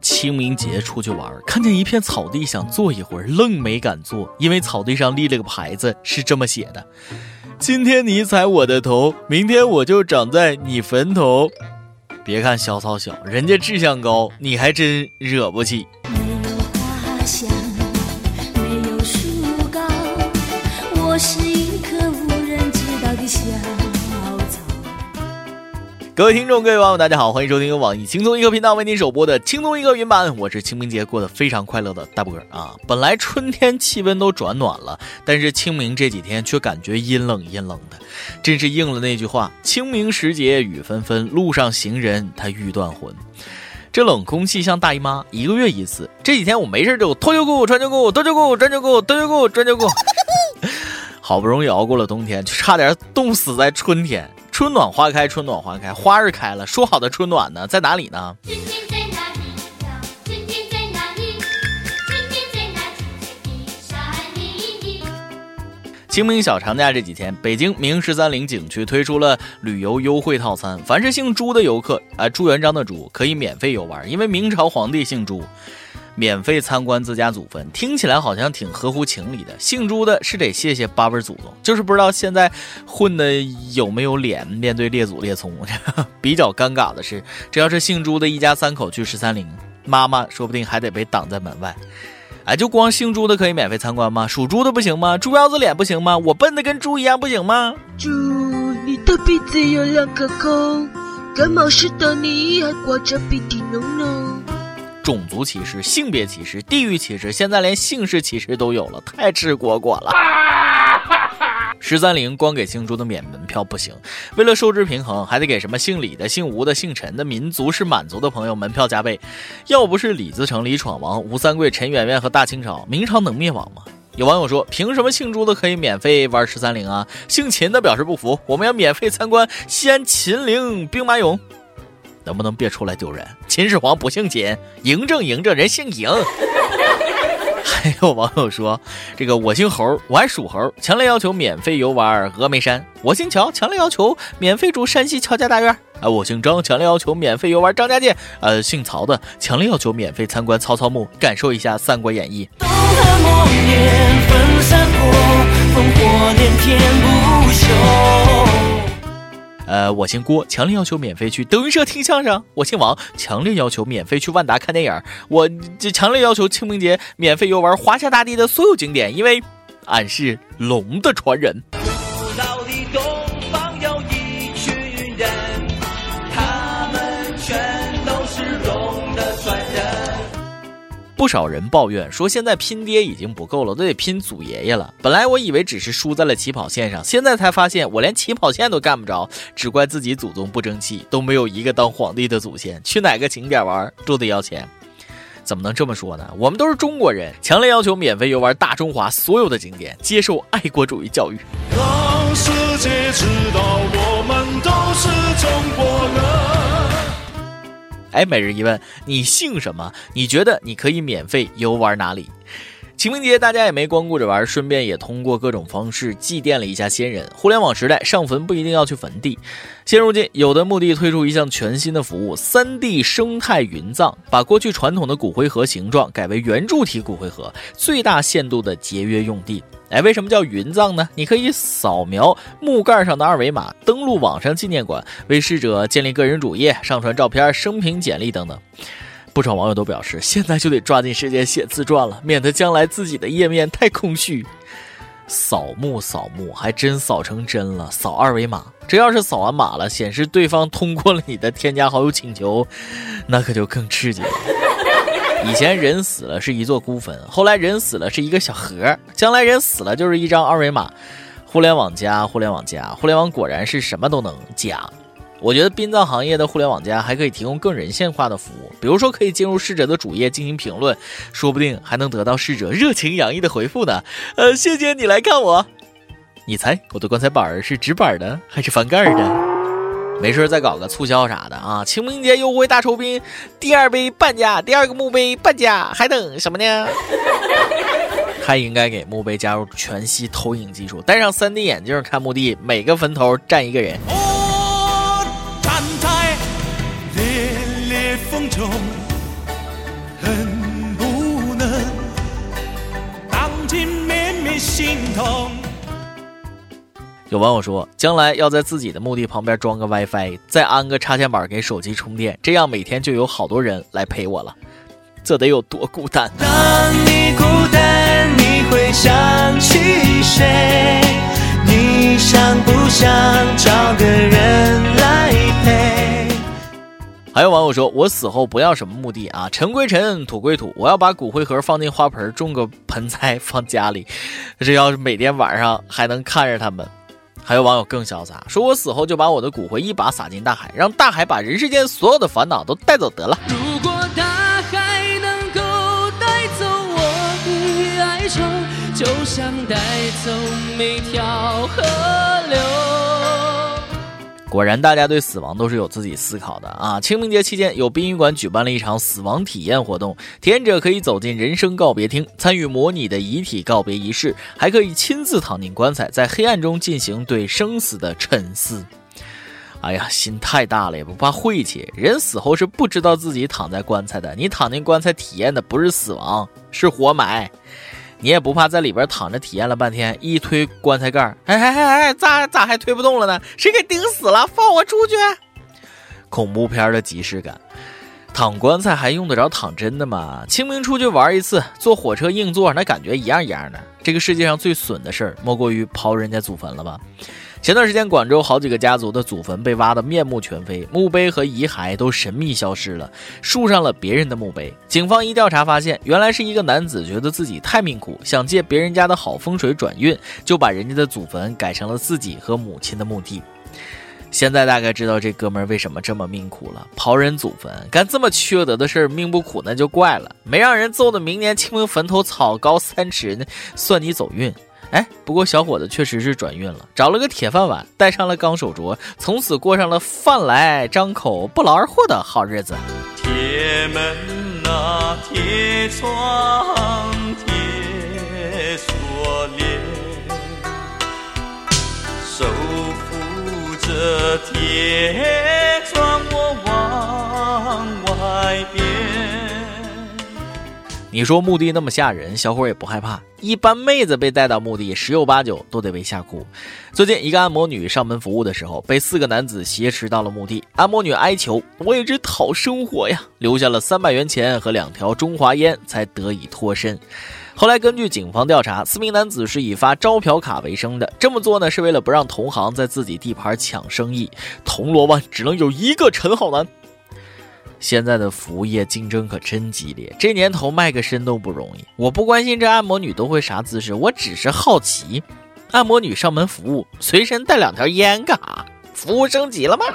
清明节出去玩，看见一片草地，想坐一会儿，愣没敢坐，因为草地上立了个牌子，是这么写的：今天你踩我的头，明天我就长在你坟头。别看小草小，人家志向高，你还真惹不起。 没有花香，没有树高，我是一棵无人知道的小草。 各位听众，各位网友，大家好，欢迎收听由网易轻松一刻频道为您首播的轻松一刻云版，我是清明节过得非常快乐的大波啊。本来春天气温都转暖了，但是清明这几天却感觉阴冷阴冷的，真是应了那句话：清明时节雨纷纷，路上行人他欲断魂。这冷空气像大姨妈，1个月一次。这几天我没事就脱旧裤穿旧裤，脱旧裤穿旧裤，脱旧裤穿旧裤。好不容易熬过了冬天，就差点冻死在春天。春暖花开，春暖花开，花儿开了，说好的春暖呢？在哪里呢？ 春天在哪里呀？春天在哪里？春天在那青青山里。 清明小长假这几天，北京明13陵景区推出了旅游优惠套餐，凡是姓朱的游客，朱元璋的朱，可以免费游玩，因为明朝皇帝姓朱。免费参观自家祖坟，听起来好像挺合乎情理的。姓朱的是得谢谢8辈祖宗，就是不知道现在混的有没有脸面对列祖列宗。比较尴尬的是，这要是姓朱的一家3口去13陵，妈妈说不定还得被挡在门外。就光姓朱的可以免费参观吗？属猪的不行吗？猪腰子脸不行吗？我笨的跟猪一样不行吗？ 猪，你的鼻子有2个孔，感冒时的你还挂着鼻涕脓脓。 种族歧视、性别歧视、地域歧视，现在连姓氏歧视都有了，太吃果果了。13陵光给姓朱的免门票不行，为了收支平衡，还得给什么姓李的、姓吴的、姓陈的、民族是满族的朋友门票加倍。要不是李自成、李闯王、吴三桂、陈圆圆和大清朝，明朝能灭亡吗？有网友说，凭什么姓朱的可以免费玩13陵啊？姓秦的表示不服，我们要免费参观西安秦陵兵马俑。能不能别出来丢人？秦始皇不姓秦，嬴政人姓嬴。还有网友说，这个我姓猴，我还属猴，强烈要求免费游玩峨眉山。我姓乔，强烈要求免费住山西乔家大院。我姓张，强烈要求免费游玩张家界。姓曹的强烈要求免费参观曹操墓，感受一下《三国演义》。 东汉末年分山坡，烽火连天不休。 我姓郭，强烈要求免费去德云社听相声。我姓王，强烈要求免费去万达看电影。我强烈要求清明节免费游玩华夏大地的所有景点，因为俺是龙的传人。 古老的东方有一群人，他们全都是龙的传人。 不少人抱怨说，现在拼爹已经不够了，都得拼祖爷爷了。本来我以为只是输在了起跑线上，现在才发现我连起跑线都干不着，只怪自己祖宗不争气，都没有一个当皇帝的祖先，去哪个景点玩都得要钱。怎么能这么说呢？我们都是中国人，强烈要求免费游玩大中华所有的景点，接受爱国主义教育。 让世界知道我们都是中国人。 每日一问，你姓什么？你觉得你可以免费游玩哪里？清明节大家也没光顾着玩，顺便也通过各种方式祭奠了一下先人。互联网时代，上坟不一定要去坟地。现如今，有的墓地推出一项全新的服务 3D 生态云葬，把过去传统的骨灰盒形状改为圆柱体骨灰盒，最大限度的节约用地。为什么叫云葬呢？你可以扫描木盖上的2维码，登录网上纪念馆，为逝者建立个人主页，上传照片、生平简历等等。不少网友都表示，现在就得抓紧时间写自传了，免得将来自己的页面太空虚。扫墓还真扫成真了，扫2维码，这要是扫完码了，显示对方通过了你的添加好友请求，那可就更刺激了。以前人死了是一座孤坟，后来人死了是一个小盒，将来人死了就是一张2维码。互联网加，互联网果然是什么都能加。我觉得殡葬行业的互联网加还可以提供更人性化的服务，比如说可以进入逝者的主页进行评论，说不定还能得到逝者热情洋溢的回复呢。谢谢你来看我。你猜我的棺材板是纸板的还是翻盖的？没事再搞个促销啥的啊！清明节优惠大酬宾，第2杯半价，第2个墓碑半价，还等什么呢？还应该给墓碑加入全息投影技术，戴上3D 眼镜看墓地，每个坟头站一个人。 站在烈烈风中， 恨不能荡尽绵绵心痛。 有网友说，将来要在自己的墓地旁边装个 WiFi， 再安个插线板给手机充电，这样每天就有好多人来陪我了。这得有多孤单？ 当你孤单，你会想起谁？你想不想找个人来陪？ 还有网友说，我死后不要什么墓地啊，尘归尘，土归土，我要把骨灰盒放进花盆，种个盆栽放家里，这要是每天晚上还能看着他们。还有网友更潇洒，说我死后就把我的骨灰一把撒进大海，让大海把人世间所有的烦恼都带走得了。 如果大海能够带走我的哀愁，就像带走每条河流。 果然大家对死亡都是有自己思考的啊！清明节期间，有殡仪馆举办了一场死亡体验活动，体验者可以走进人生告别厅，参与模拟的遗体告别仪式，还可以亲自躺进棺材，在黑暗中进行对生死的沉思。哎呀，心太大了也不怕晦气，人死后是不知道自己躺在棺材的，你躺进棺材体验的不是死亡，是活埋。你也不怕在里边躺着体验了半天，一推棺材盖，咋还推不动了呢？谁给钉死了？放我出去！恐怖片的即视感，躺棺材还用得着躺真的吗？清明出去玩一次，坐火车硬座，那感觉一样一样的。这个世界上最损的事儿，莫过于刨人家祖坟了吧？前段时间，广州好几个家族的祖坟被挖得面目全非，墓碑和遗骸都神秘消失了，树上了别人的墓碑。警方一调查发现，原来是一个男子觉得自己太命苦，想借别人家的好风水转运，就把人家的祖坟改成了自己和母亲的墓地。现在大概知道这哥们儿为什么这么命苦了，刨人祖坟，干这么缺德的事儿，命不苦那就怪了。没让人揍的明年清明坟头草高3尺呢，算你走运。哎，不过小伙子确实是转运了，找了个铁饭碗，戴上了钢手镯，从此过上了饭来张口不劳而获的好日子。 铁门啊，铁窗，铁锁链，手扶着铁窗，我往外边。 你说墓地那么吓人，小伙也不害怕。一般妹子被带到墓地，10有8九都得被吓哭。最近一个按摩女上门服务的时候，被4个男子挟持到了墓地。按摩女哀求：“我也只讨生活呀！”留下了300元钱和2条中华烟，才得以脱身。后来根据警方调查，4名男子是以发招嫖卡为生的，这么做呢是为了不让同行在自己地盘抢生意。铜锣湾只能有一个陈浩南。现在的服务业竞争可真激烈，这年头卖个身都不容易。我不关心这按摩女都会啥姿势，我只是好奇，按摩女上门服务，随身带2条烟干啥？服务升级了吗？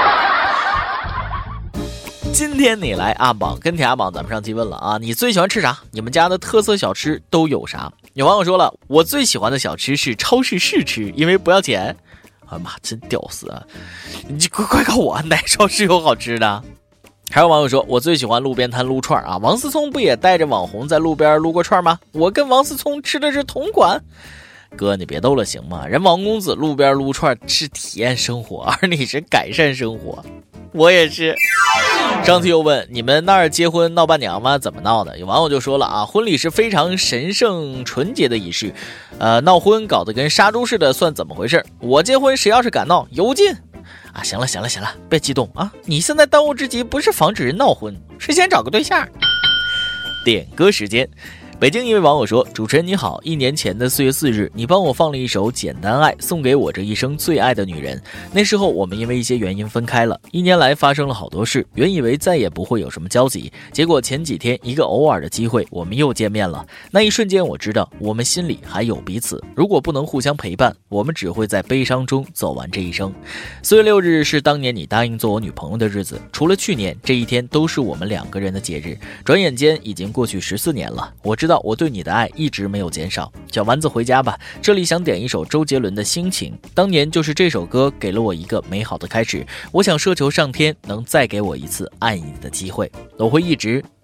今天你来阿榜跟帖阿榜，咱们上期问了啊，你最喜欢吃啥？你们家的特色小吃都有啥？有网友说了，我最喜欢的小吃是超市试吃，因为不要钱。哎妈，真屌丝啊！你快告我，哪超市有好吃的？还有网友说，我最喜欢路边摊撸串啊，王思聪不也带着网红在路边撸过串吗？我跟王思聪吃的是同款。哥，你别逗了行吗？人王公子路边撸串是体验生活，而你是改善生活。我也是。上期又问你们那儿结婚闹伴娘吗？怎么闹的？有网友就说了啊，婚礼是非常神圣纯洁的仪式，闹婚搞得跟杀猪似的，算怎么回事？我结婚谁要是敢闹，邮进。啊，行了，别激动啊！你现在当务之急不是防止人闹婚，是先找个对象。点歌时间。北京一位网友说，主持人你好，1年前的4月4日，你帮我放了一首《简单爱》，送给我这一生最爱的女人。那时候我们因为一些原因分开了，1年来发生了好多事，原以为再也不会有什么交集，结果前几天一个偶尔的机会，我们又见面了。那一瞬间我知道，我们心里还有彼此，如果不能互相陪伴，我们只会在悲伤中走完这一生。4月6日是当年你答应做我女朋友的日子，除了去年，这一天都是我们2个人的节日。转眼间已经过去14年了，我知道我对你的爱一直没有减少。小丸子回家吧，这里想点一首周杰伦的心情，当年就是这首歌给了我一个美好的开始，我想奢求上天能再给我一次爱你的机会，我会一直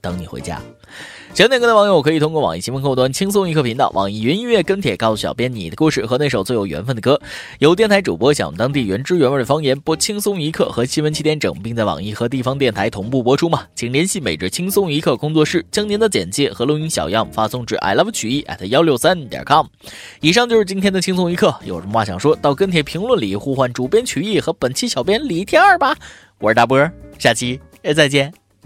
等你回家。想点歌的网友可以通过网易新闻客户端轻松一刻频道、网易云音乐跟帖告诉小编你的故事和那首最有缘分的歌。有电台主播想用当地原汁原味的方言播轻松一刻和新闻7点整，并在网易和地方电台同步播出吗？请联系每日轻松一刻工作室，将您的简介和录音小样发送至 iLoveChüyi@163.com。以上就是今天的轻松一刻，有什么话想说到跟帖评论里呼唤主编曲艺和本期小编李天二吧。我是大波，下期再见。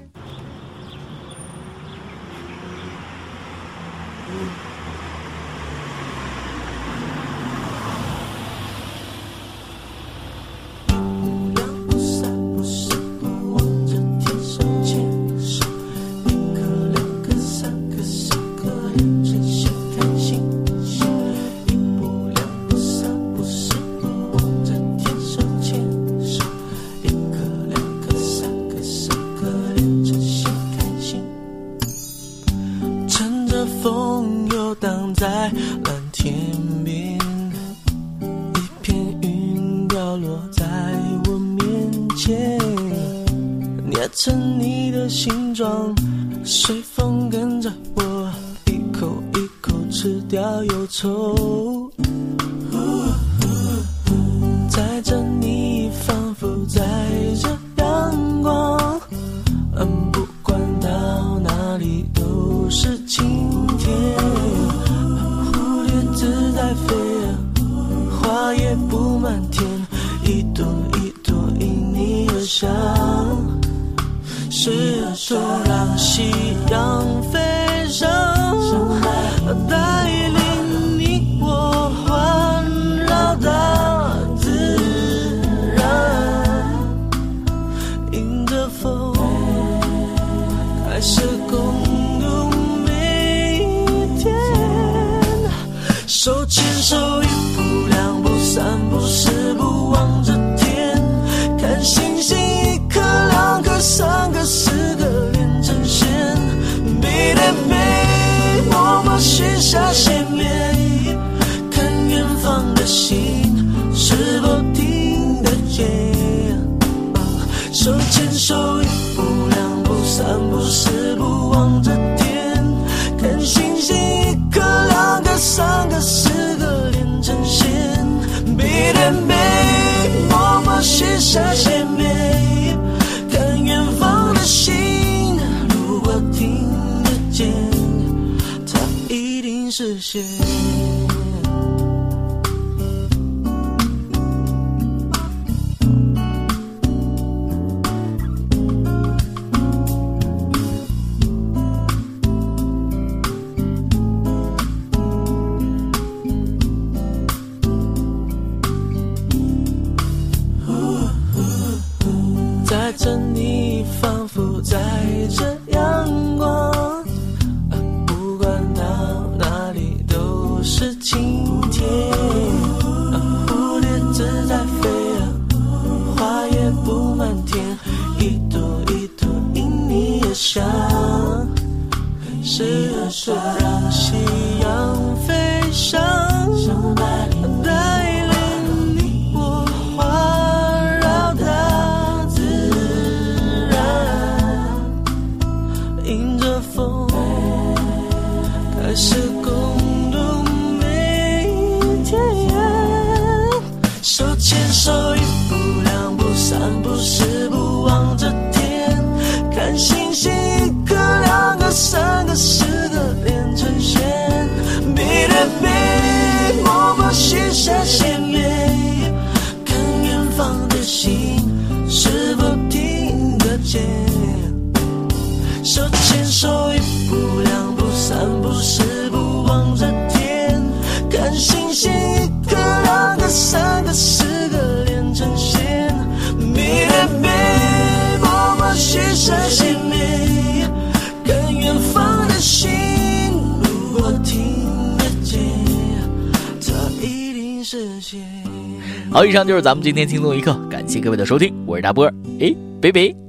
风游荡在蓝天边，一片云掉落在我面前，捏成你的形状，随风跟着我一口一口吃掉忧愁，载着你仿佛载着阳光，不管到哪里都是晴天，蝴蝶自在飞，花也布满天，一朵一朵因你而香，是多让夕阳飞上，带领你我环绕大自然，迎着风开始共度每一天，手牵手一步两步三步四步望着天，看星星一颗两颗三个四个连成线，背对背默默许下心愿，看远方的星是否听得见，手牵手一步两步三步四步望着天，看星星一颗两颗三个四个连成线，背对背默默许下心愿，看远方的星如果听得见，它一定实现。载着你仿佛载着阳光，不管到哪里都是晴天，蝴蝶自在飞，花也布满天，一朵一朵因你而香，是多让夕阳飞上，带领你我环绕大自然，迎着风开始共度每一天，手牵手一步两步三步四步望着天，看星星一颗两个三个四个连成线，背对背默默许下心愿，看远方的星是否听得见，手牵手一步两步三步四步望着天，看星星一颗两个三个四个连成线，背对背默默许下心愿，看远方的星如果听得见，它一定实现。 好，以上就是咱们今天轻松一刻，感谢各位的收听，我是大波，拜拜。